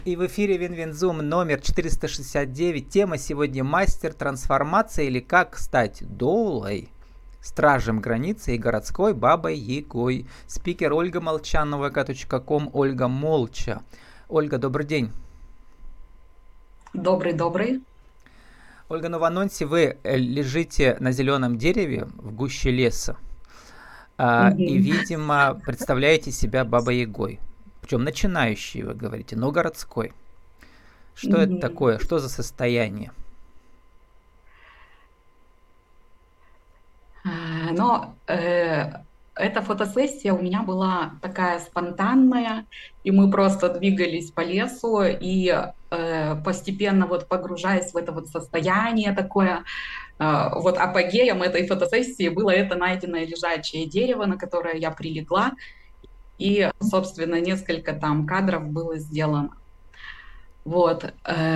И в эфире Винвинзум номер 469. Тема сегодня мастер трансформации или как стать доулой, стражем границы и городской бабой Ягой. Спикер Ольга Молчанова, vk.com, Ольга Молча. Ольга, добрый день. Добрый. Ольга, ну в анонсе вы лежите на зеленом дереве в гуще леса и, видимо, представляете себя бабой Ягой. Причем начинающий, вы говорите, но городской. Что это такое? Что за состояние? Эта фотосессия у меня была такая спонтанная, и мы просто двигались по лесу, и постепенно вот погружаясь в это вот состояние такое, вот апогеем этой фотосессии было это найденное лежачее дерево, на которое я прилегла, и, собственно, несколько там кадров было сделано. Вот.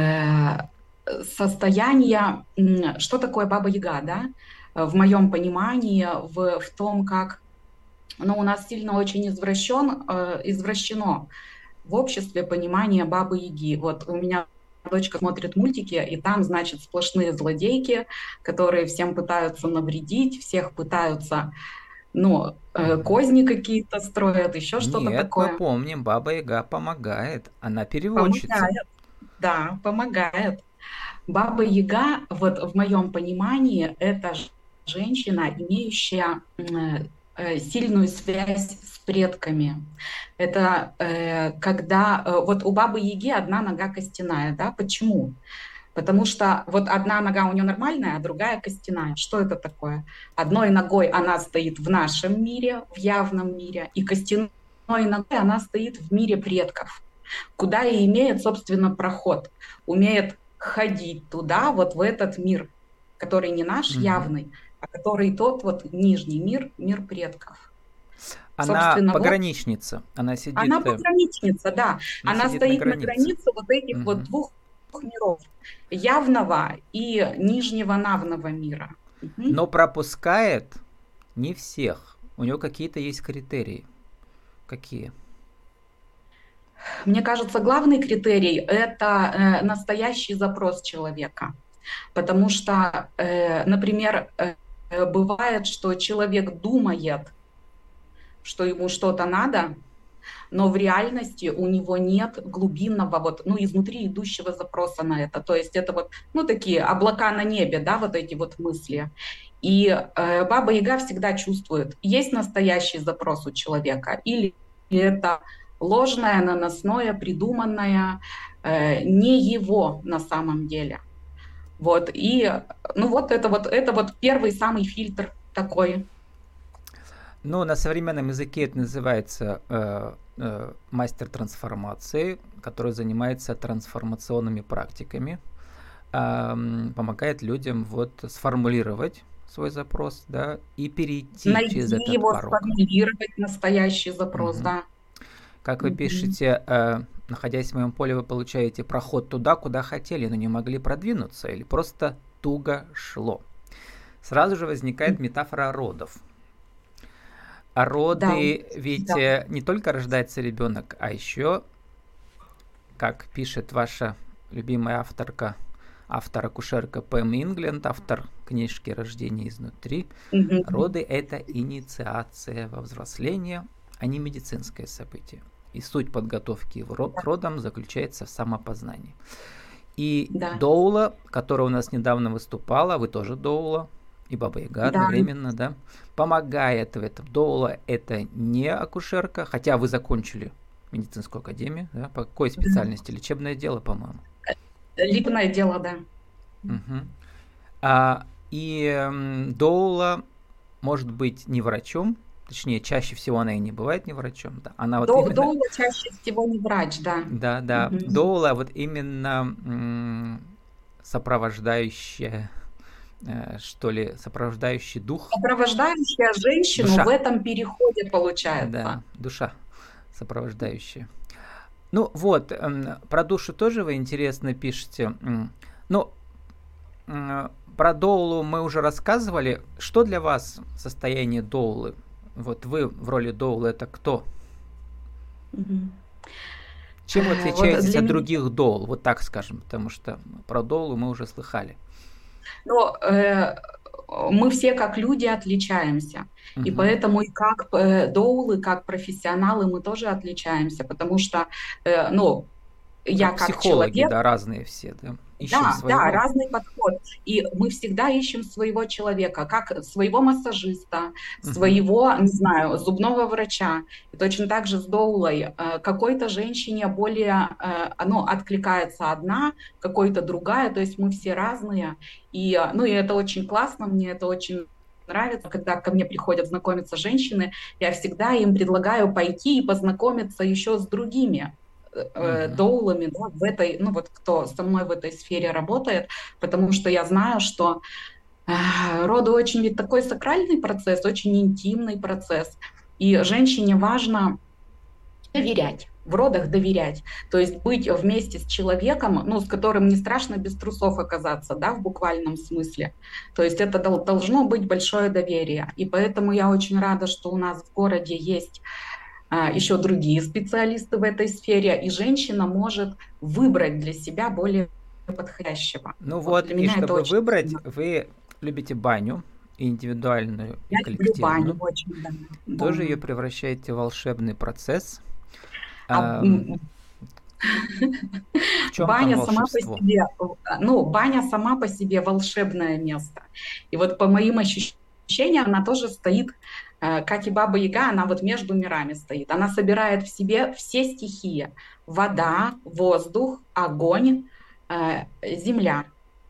Состояние, что такое Баба-Яга, да? В моем понимании, в том, как у нас сильно очень извращено в обществе понимание Бабы-Яги. Вот у меня дочка смотрит мультики, и там, значит, сплошные злодейки, которые всем пытаются навредить, всех пытаются, козни какие-то строят, еще что-то Нет, мы такое. помним, Баба-Яга помогает, она переводчица. Помогает, да, помогает. Баба-Яга, вот в моем понимании, это женщина, имеющая сильную связь с предками. Это когда вот у Бабы-Яги одна нога костяная, да? Почему? Потому что вот одна нога у нее нормальная, а другая костяная. Что это такое? Одной ногой она стоит в нашем мире, в явном мире, и костяной ногой она стоит в мире предков, куда и имеет, собственно, проход, умеет ходить туда, вот в этот мир, который не наш явный, а который тот вот нижний мир, мир предков. Она Собственно, вот пограничница, она сидит, она пограничница, да. Она сидит на стоит на границе. границе вот этих вот двух миров, явного и нижнего навного мира. Но пропускает не всех. У нее какие-то есть критерии. Какие? Мне кажется, главный критерий – это настоящий запрос человека. Потому что, например, бывает, что человек думает, что ему что-то надо, но в реальности у него нет глубинного, вот, изнутри идущего запроса на это. То есть это вот, такие облака на небе, да, вот эти вот мысли. И Баба-Яга всегда чувствует, есть настоящий запрос у человека, или это ложное, наносное, придуманное, не его на самом деле. Вот, и, это вот первый самый фильтр такой. На современном языке это называется мастер трансформации, который занимается трансформационными практиками, помогает людям вот сформулировать свой запрос, да, и перейти через этот его, порог. сформулировать настоящий запрос, да. Как вы пишете, находясь в моем поле, вы получаете проход туда, куда хотели, но не могли продвинуться, или просто туго шло. Сразу же возникает метафора родов. А роды, ведь не только рождается ребенок, а еще, как пишет ваша любимая автор-акушерка Пэм Ингленд, автор книжки «Рождение изнутри», роды – это инициация во взросление, а не медицинское событие. И суть подготовки к родам заключается в самопознании. И доула, которая у нас недавно выступала, вы тоже доула, и Баба-Яга одновременно, да, помогает в этом. Доула – это не акушерка, хотя вы закончили медицинскую академию, да, по какой специальности? Лечебное дело, по-моему. Лечебное дело, да. И доула может быть не врачом, точнее, чаще всего она и не бывает не врачом. Да. Она вот доула чаще всего не врач, да. Да. Доула вот именно сопровождающая, что ли, сопровождающий дух. Сопровождающая женщину душа. В этом переходе получается. Да, душа сопровождающая. Про душу тоже вы интересно пишете. Про доулу мы уже рассказывали. Что для вас состояние доулы? Вот вы в роли доулы это кто? Чем вы Вот отличаетесь для от меня, других доул, вот так скажем, потому что про доулу мы уже слыхали. но мы все как люди отличаемся, и Мгм. поэтому и как доулы, как профессионалы мы тоже отличаемся, потому что, ну, Ну, я как как психологи, человек. да, разные все, да. Ищем Да, да, своего. разный подход. И мы всегда ищем своего человека, как своего массажиста, Мгм. своего, не знаю, зубного врача. И точно так же с доулой. Какой-то женщине более, оно откликается одна, какой-то другая, то есть мы все разные. Ну, и это очень классно, мне это очень нравится, когда ко мне приходят знакомиться женщины, я всегда им предлагаю пойти и познакомиться еще с другими Мгм. доулами, да, в этой, ну вот кто со мной в этой сфере работает, потому что я знаю, что роды очень ведь такой сакральный процесс, очень интимный процесс, и женщине важно доверять, в родах доверять, то есть быть вместе с человеком, ну, с которым не страшно без трусов оказаться, да, в буквальном смысле. То есть это должно быть большое доверие. И поэтому я очень рада, что у нас в городе есть еще другие специалисты в этой сфере, и женщина может выбрать для себя более подходящего. Ну Вот вот, для и меня это чтобы очень выбрать, ценно. вы любите баню, и индивидуальную, и Я люблю баню коллективную. очень, да. Да. Тоже ее превращаете в волшебный процесс. А А, в чем там баня сама по волшебство? себе, ну, баня сама по себе волшебное место. И вот по моим ощущениям, она тоже стоит, как и Баба Яга, она вот между мирами стоит. Она собирает в себе все стихии: вода, воздух, огонь, земля.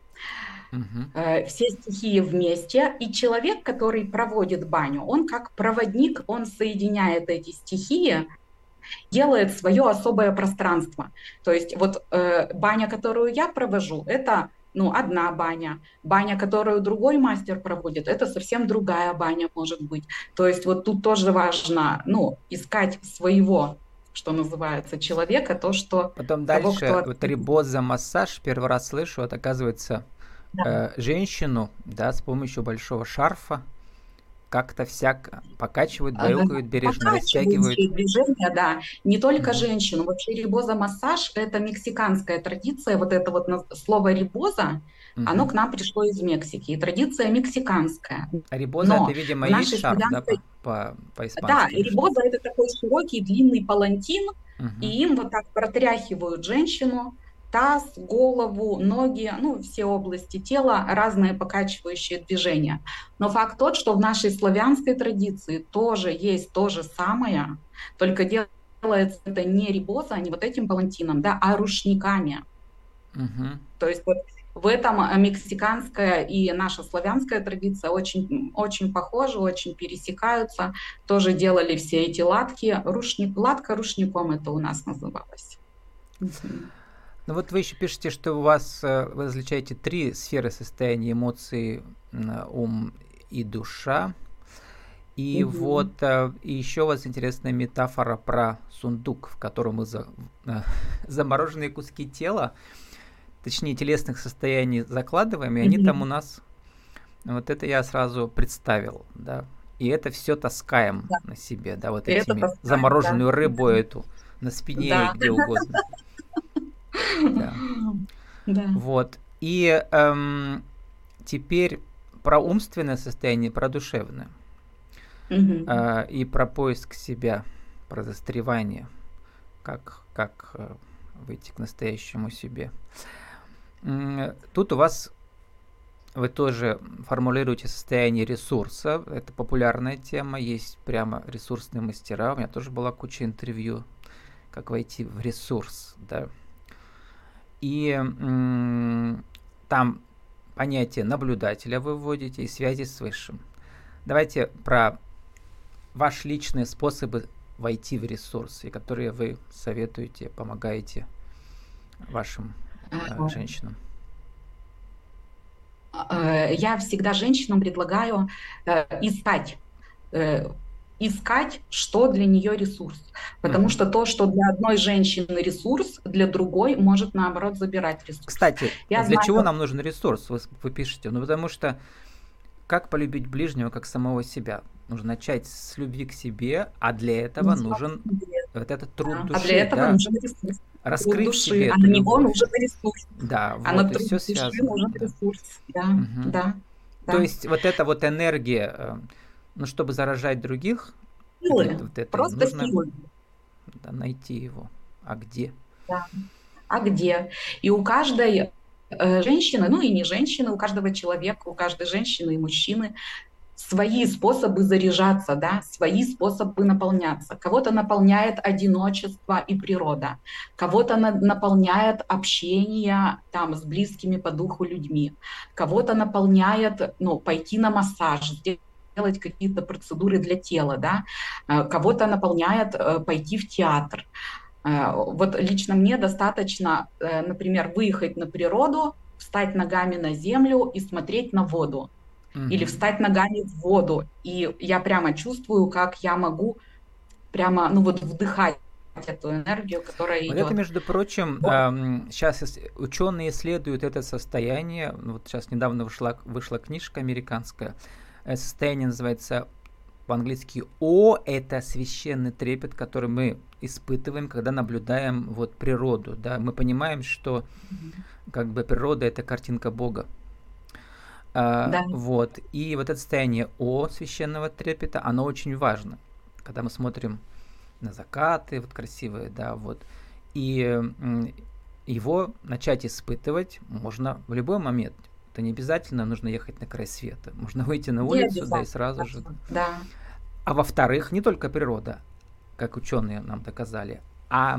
Мгм. Все стихии вместе, и человек, который проводит баню, он как проводник, он соединяет эти стихии, делает свое особое пространство. То есть вот баня, которую я провожу, это ну, одна баня. Баня, которую другой мастер проводит, это совсем другая баня может быть. То есть вот тут тоже важно, ну, искать своего, что называется, человека, то, что Потом того, дальше, кто... вот рибоза массаж, первый раз слышу, вот оказывается, Да. женщину, да, с помощью большого шарфа как-то всяк покачивают, Ага. баюкают, бережно растягивают. Покачивающие движения, да, не только Мгм. женщину. Вообще рибоза-массаж– это мексиканская традиция. Вот это вот слово рибоза, оно Мгм. к нам пришло из Мексики. И традиция мексиканская. А рибоза это, Но видимо, в и есть нашей шарф, да, славянской... Да, по-испански или что? рибоза– это такой широкий длинный палантин, и Мгм. им вот так протряхивают женщину, таз, голову, ноги, ну, все области тела, разные покачивающие движения. Но факт тот, что в нашей славянской традиции тоже есть то же самое, только делается это не рибоза, не вот этим палантином, да, а рушниками. Мгм. То есть вот в этом мексиканская и наша славянская традиция очень, очень похожи, очень пересекаются. Тоже делали все эти латки. Латка рушником это у нас называлось. Мгм. Ну вот вы еще пишете, что у вас вы различаете три сферы состояния: эмоции, ум и душа. И Мгм. вот и еще у вас интересная метафора про сундук, в котором мы э, замороженные куски тела, точнее телесных состояний закладываем, и они там у Мгм. нас, вот это я сразу представил, да. И это все таскаем Да, на себе, да, вот это этими таскаем, да. замороженную рыбу эту на спине или Да. где угодно, да. Да. Вот. И теперь про умственное состояние, про душевное. Мгм. И про поиск себя, про застревание, как выйти к настоящему себе. Тут у вас вы тоже формулируете состояние ресурса. Это популярная тема, есть прямо ресурсные мастера. У меня тоже была куча интервью, как войти в ресурс, да. И там понятие наблюдателя вы вводите и связи с высшим. Давайте про ваши личные способы войти в ресурсы, которые вы советуете, помогаете вашим женщинам. Я всегда женщинам предлагаю искать, э, искать, что для нее ресурс. Потому Мгм. что то, что для одной женщины ресурс, для другой может, наоборот, забирать ресурс. Кстати, Я для чего знаю, нам нужен ресурс? Вы пишете. Ну, потому что как полюбить ближнего, как самого себя? Нужно начать с любви к себе, а для этого нужен вот этот труд А для души, этого да, нужен ресурс. Труд раскрыть в души, себе а эту на него любовь. нужен ресурс. Да, А на вот, и труд все души связано, нужен да. ресурс. Да, Мгм. да, То да. есть вот эта вот энергия, ну, чтобы заражать других, Силы, вот этой, просто нужно, силы. да, найти его. А где? Да. А где? И у каждой женщины, ну и не женщины, у каждого человека, у каждой женщины и мужчины свои способы заряжаться, да, свои способы наполняться. Кого-то наполняет одиночество и природа, кого-то наполняет общение там с близкими по духу людьми, кого-то наполняет, ну, пойти на массаж, сделать какие-то процедуры для тела, да, кого-то наполняет пойти в театр. Вот лично мне достаточно, например, выехать на природу, встать ногами на землю и смотреть на воду или Мгм. встать ногами в воду. И я прямо чувствую, как я могу прямо, ну вот вдыхать эту энергию, которая Вот это, идет. между прочим, Вот, сейчас ученые исследуют это состояние. Вот сейчас недавно вышла книжка американская. Состояние называется по-английски «О». Это священный трепет, который мы испытываем, когда наблюдаем вот природу. Да? Мы понимаем, что как бы природа – это картинка Бога. да, Вот. И вот это состояние «О» священного трепета, оно очень важно. Когда мы смотрим на закаты, вот красивые, да, вот. И его начать испытывать можно в любой момент. Это не обязательно нужно ехать на край света. Можно выйти на не улицу, да, и обязательно. сразу же. Да, А во-вторых, не только природа, как ученые нам доказали, а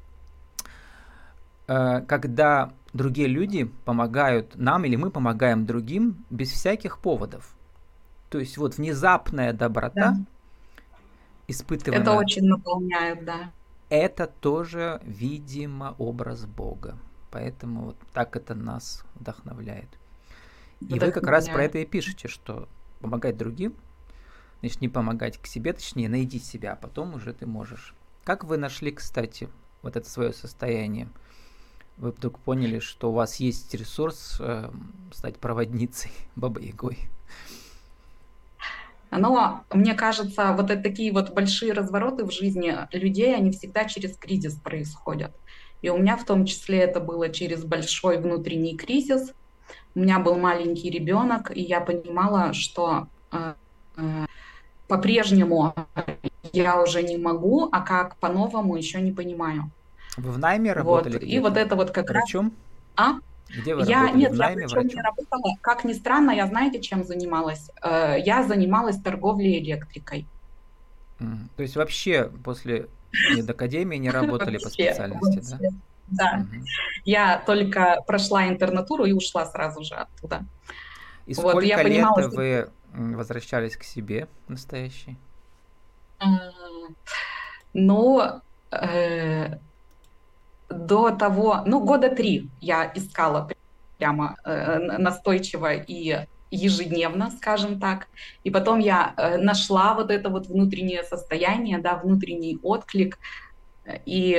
когда другие люди помогают нам или мы помогаем другим без всяких поводов. То есть вот внезапная да. доброта, Это испытываемая, очень наполняет, да. это тоже, видимо, образ Бога. Поэтому вот так это нас вдохновляет. И вы как раз про Вдохновляет. это и пишете, что помогать другим, значит, не помогать к себе, точнее, найди себя, а потом уже ты можешь. Как вы нашли, кстати, вот это свое состояние? Вы вдруг поняли, что у вас есть ресурс стать проводницей, Бабой-Ягой? Но мне кажется, вот такие вот большие развороты в жизни людей, они всегда через кризис происходят. И у меня в том числе это было через большой внутренний кризис. У меня был маленький ребенок, и я понимала, что э, по-прежнему я уже не могу, а как по-новому еще не понимаю. Вы в найме Вот. работали И вот где-то? это вот как раз... Врачом? А? Где вы Я, работали? В нет, я найме врачом не врачом? работала. Как ни странно, я знаете, чем занималась? Я занималась торговлей электрикой. То есть вообще после медакадемии не работали по Вообще, специальности, да? вообще. Да. Мгм. Я только прошла интернатуру и ушла сразу же оттуда. И Вот, и я сколько лет понимала, что вы возвращались к себе настоящей? м, ну, э, до того, ну, года 3 я искала прямо настойчиво и ежедневно, скажем так. И потом я нашла вот это вот внутреннее состояние, да, внутренний отклик. И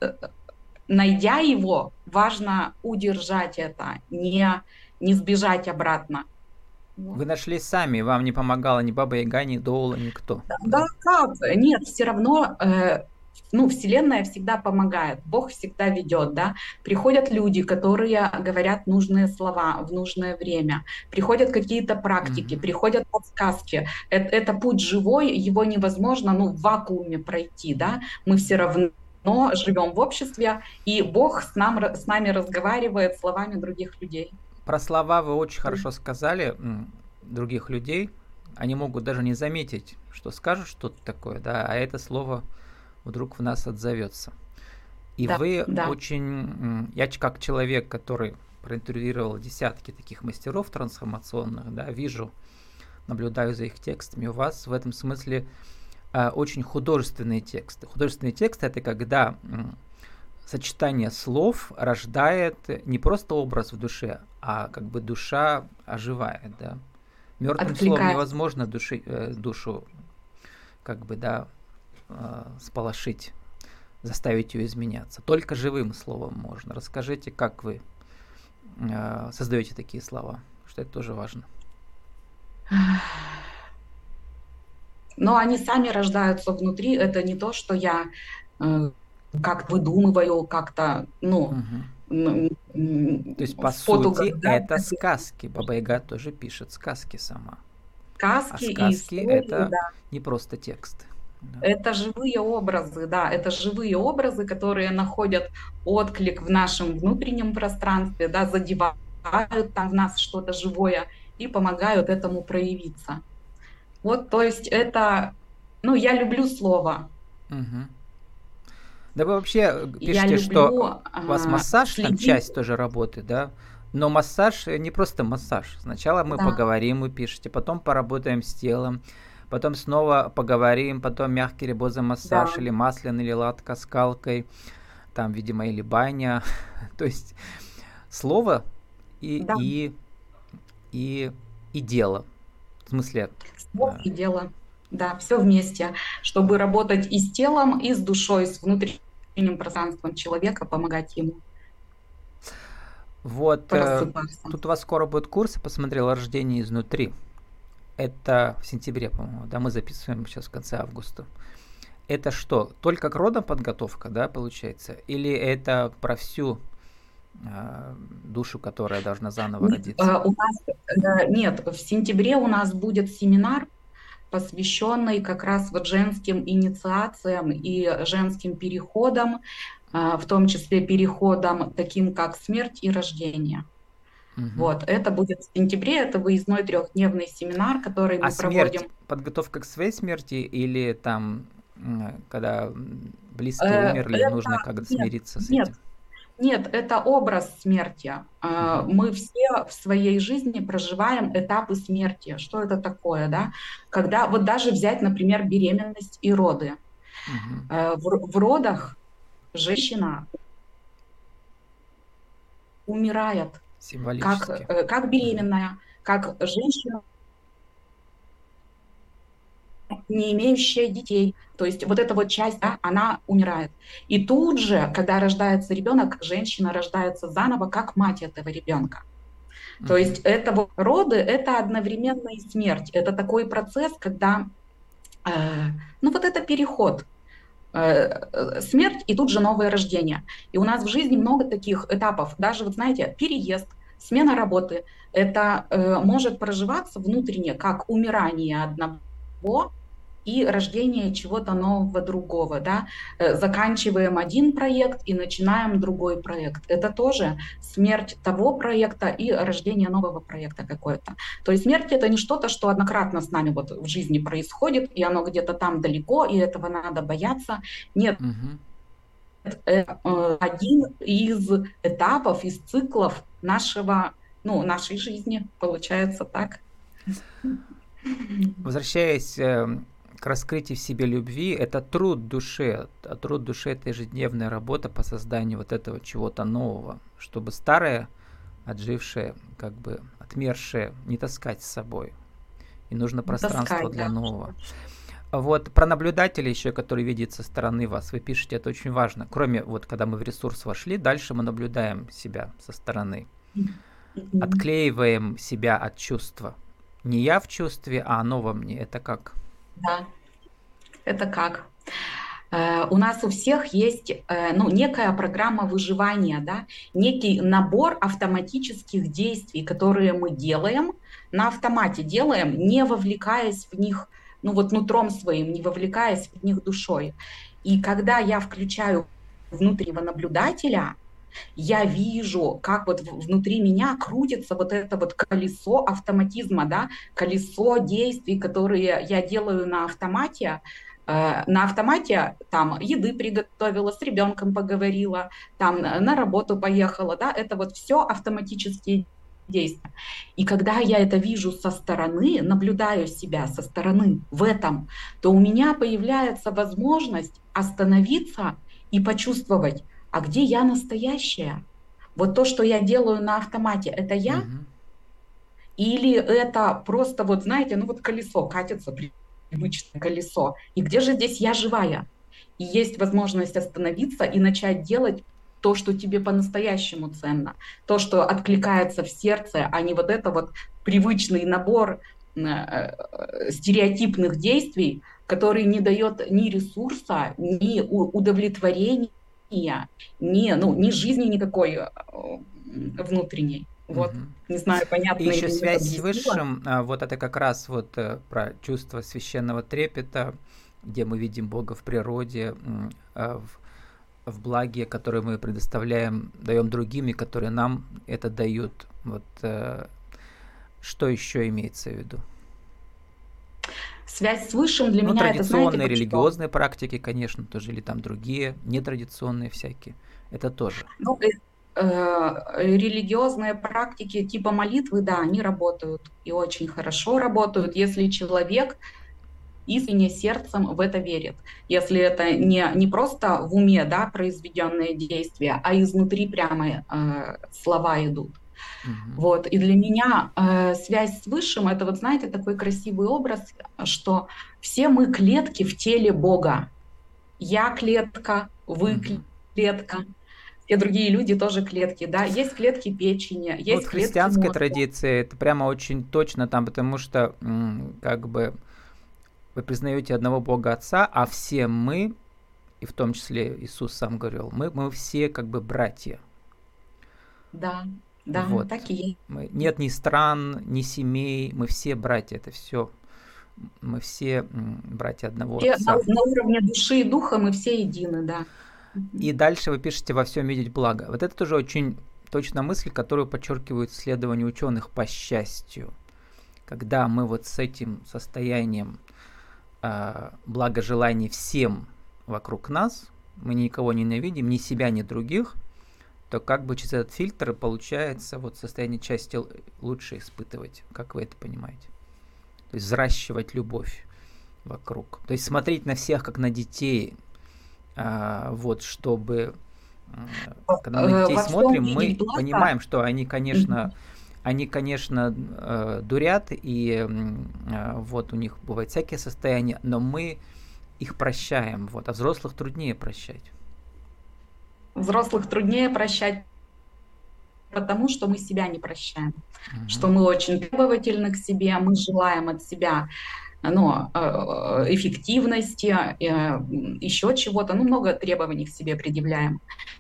найдя его, важно удержать это, не сбежать обратно. Вот. Вы нашли сами, вам не помогала ни Баба Яга, ни Доула, никто, Да, да? как? Нет, все равно, ну, Вселенная всегда помогает, Бог всегда ведет, да. Приходят люди, которые говорят нужные слова в нужное время, приходят какие-то практики, Мгм. приходят подсказки. Это путь живой, его невозможно, ну, в вакууме пройти, да. Мы все равно живем в обществе, и Бог с нами разговаривает словами других людей. Про слова вы очень хорошо сказали других людей. Они могут даже не заметить, что скажут что-то такое, да, а это слово вдруг в нас отзовется. И Да, вы да. очень... Я как человек, который проинтервьюировал десятки таких мастеров трансформационных, да, вижу, наблюдаю за их текстами. У вас в этом смысле очень художественные тексты. Художественные тексты – это когда сочетание слов рождает не просто образ в душе, а как бы душа оживает, да. Мертвым словом Откликается. невозможно душу как бы, да, сполошить, заставить ее изменяться. Только живым словом можно. Расскажите, как вы создаете такие слова, что это тоже важно. Но они сами рождаются внутри. Это не то, что я э, как выдумываю, как-то, ну, Мгм. То есть, по в поту сути, года это сказки. Баба Яга тоже пишет сказки сама. А сказки и сказки истории, это да. не просто текст. Да. Это живые образы, да, это живые образы, которые находят отклик в нашем внутреннем пространстве, да, задевают там в нас что-то живое и помогают этому проявиться. Вот, то есть это, ну, я люблю слово, Мгм. Да вы вообще я пишете, что люблю у вас массаж, там следить, часть тоже работы, да? Но массаж не просто массаж. Сначала мы да, поговорим, вы пишете, потом поработаем с телом, потом снова поговорим, потом мягкий рибозомассаж да, или масляный, или латкоскалкой, там, видимо, или баня. То есть слово и, да, и, и, и дело. В смысле, слово и дело, да, все вместе, чтобы работать и с телом, и с душой, с внутренним пространством человека, помогать ему вот просыпаться. тут у вас скоро будет курс, я посмотрел «Рождение изнутри». Это в сентябре, по-моему, да, мы записываем сейчас в конце августа. Это что, только к родам подготовка, да, получается? Или это про всю душу, которая должна заново Нет, родиться? у нас, нет, в сентябре у нас будет семинар, посвященный как раз вот женским инициациям и женским переходам, в том числе переходам таким, как смерть и рождение. Мгм. Вот, это будет в сентябре, это выездной трехдневный семинар, который А мы смерть, проводим. подготовка к своей смерти или там, когда близкие умерли, Это нужно как-то нет, смириться с нет, этим? нет, это образ смерти. Мгм. Мы все в своей жизни проживаем этапы смерти. Что это такое, да? Когда вот даже взять, например, беременность и роды. Мгм. В родах женщина умирает Символически. как Мгм. беременная, как женщина, не имеющая детей. То есть вот эта вот часть, да, она умирает. И тут же, когда рождается ребенок, женщина рождается заново как мать этого ребенка. То Мгм. есть это вот роды, это одновременно и смерть. Это такой процесс, когда, э, ну вот это переход, смерть и тут же новое рождение. И у нас в жизни много таких этапов. Даже, вот знаете, переезд, смена работы, это может проживаться внутренне как умирание одного и рождение чего-то нового другого, да, заканчиваем один проект и начинаем другой проект. Это тоже смерть того проекта и рождение нового проекта какой-то. То есть смерть это не что-то, что однократно с нами вот в жизни происходит, и оно где-то там далеко, и этого надо бояться. Нет, Мгм. это один из этапов, из циклов нашего, ну, нашей жизни, получается так. Возвращаясь к раскрытию в себе любви, это труд души. А труд души – это ежедневная работа по созданию вот этого чего-то нового, чтобы старое, отжившее, как бы отмершее, не таскать с собой. И нужно пространство Таскать, для да. нового. А вот про наблюдателя еще, который видит со стороны вас, вы пишете, это очень важно. Кроме вот, когда мы в ресурс вошли, дальше мы наблюдаем себя со стороны. Мгм. Отклеиваем себя от чувства. Не я в чувстве, а оно во мне. Это как? Да, это как? У нас у всех есть ну, некая программа выживания, да, некий набор автоматических действий, которые мы делаем, на автомате делаем, не вовлекаясь в них, ну вот нутром своим, не вовлекаясь в них душой. И когда я включаю внутреннего наблюдателя, я вижу, как вот внутри меня крутится вот это вот колесо автоматизма, да, колесо действий, которые я делаю на автомате там еды приготовила, с ребенком поговорила, там на работу поехала, да, это вот все автоматические действия. И когда я это вижу со стороны, наблюдаю себя со стороны в этом, то у меня появляется возможность остановиться и почувствовать, а где я настоящая? Вот то, что я делаю на автомате, это я? Мгм. Или это просто, вот знаете, ну вот колесо катится, привычное колесо. И где же здесь я живая? И есть возможность остановиться и начать делать то, что тебе по-настоящему ценно, то, что откликается в сердце, а не вот это вот привычный набор стереотипных действий, который не дает ни ресурса, ни удовлетворения, ни жизни никакой внутренней. Вот, Мгм. не знаю, И понятно еще или нет, связь с объяснила. Высшим, вот это как раз вот про чувство священного трепета, где мы видим Бога в природе, в благе, которое мы предоставляем, даем другим, и которые нам это дают. Вот что еще имеется в виду? Связь с Высшим для Ну, меня это, знаете, традиционные вот что? религиозные практики, конечно, тоже, или там другие, нетрадиционные всякие. Это тоже. Ну, религиозные практики типа молитвы, да, они работают и очень хорошо работают, если человек искренне сердцем в это верит. Если это не просто в уме, да, произведенные действия, а изнутри прямо слова идут. Мгм. Вот. И для меня связь с Высшим — это, вот знаете, такой красивый образ, что все мы клетки в теле Бога. Я клетка, вы Мгм. клетка, все другие люди тоже клетки, да. Есть клетки печени, Ну, вот есть в клетки христианской мозга. традиции это прямо очень точно там, потому что как бы вы признаете одного Бога Отца, а все мы, и в том числе Иисус сам говорил, мы все как бы братья. Да, да, Вот. так и есть. Нет ни стран, ни семей, мы все братья, это все. Мы все братья одного Все Отца. на уровне души и духа мы все едины, да. И дальше вы пишете «во всем видеть благо». Вот это тоже очень точная мысль, которую подчеркивают исследования ученых по счастью. Когда мы вот с этим состоянием благожеланий всем вокруг нас, мы никого не ненавидим, ни себя, ни других, то как бы через этот фильтр получается вот состояние счастья лучше испытывать, как вы это понимаете. То есть взращивать любовь вокруг. То есть смотреть на всех как на детей, вот, чтобы когда мы на детей Во всем смотрим, видеть мы благо. понимаем, что они, конечно, дурят, и вот у них бывают всякие состояния, но мы их прощаем, вот, а взрослых труднее прощать. Взрослых труднее прощать, потому что мы себя не прощаем, что Мгм. мы очень требовательны к себе, мы желаем от себя эффективности, еще чего-то, много требований к себе предъявляем.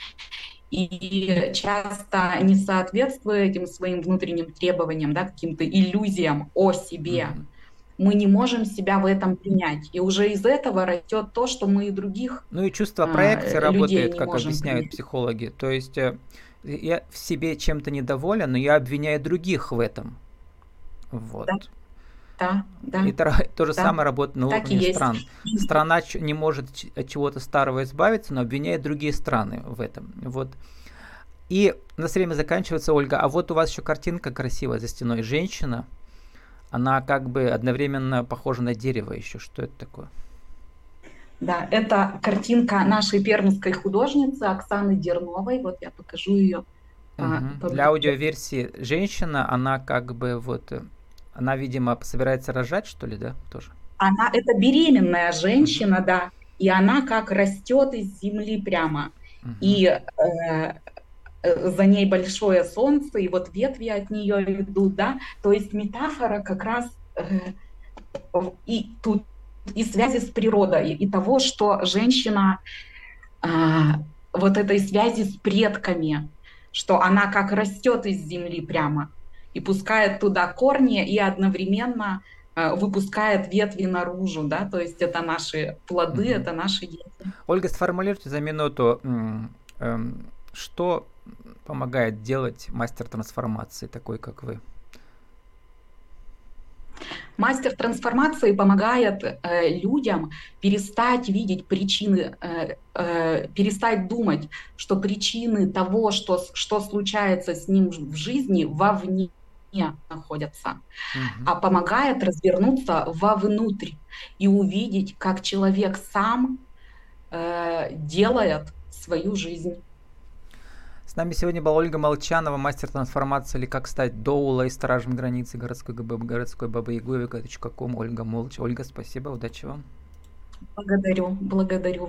И часто не соответствуя этим своим внутренним требованиям, да, каким-то иллюзиям о себе, Мгм. мы не можем себя в этом принять. И уже из этого растет то, что мы и других Ну и чувство проекции людей работает, не как можем объясняют принять. психологи. То есть я в себе чем-то недоволен, но я обвиняю других в этом. Вот. Да, да, И да, то же да, самое работает на так и уровне есть. стран. Страна не может от чего-то старого избавиться, но обвиняет другие страны в этом. Вот. И у нас время заканчивается, Ольга. А вот у вас еще картинка красивая за стеной. Женщина, она как бы одновременно похожа на дерево еще. Что это такое? Да, это картинка нашей пермской художницы Оксаны Дерновой. Вот я покажу ее Мгм. Для поближе. аудиоверсии женщина, она как бы вот, она, видимо, собирается рожать, что ли, да, тоже? Она это беременная Мгм. женщина, да, и она как растет из земли прямо. Мгм. И за ней большое солнце, и вот ветви от нее идут, да. То есть метафора как раз и тут и связи с природой, и того, что женщина вот этой связи с предками, что она как растет из земли прямо и пускает туда корни и одновременно выпускает ветви наружу, да, то есть это наши плоды, Мгм. это наши дети. Ольга, сформулируйте за минуту, что помогает делать мастер трансформации, такой как вы? Мастер трансформации помогает людям перестать видеть причины, перестать думать, что причины того, что случается с ним в жизни, вовне находятся, Мгм. а помогает развернуться вовнутрь и увидеть, как человек сам делает свою жизнь. С нами сегодня была Ольга Молчанова, мастер трансформации, или как стать доулой, стражем границы городской бабы-ягой, Ольга, спасибо, удачи вам. Благодарю, благодарю.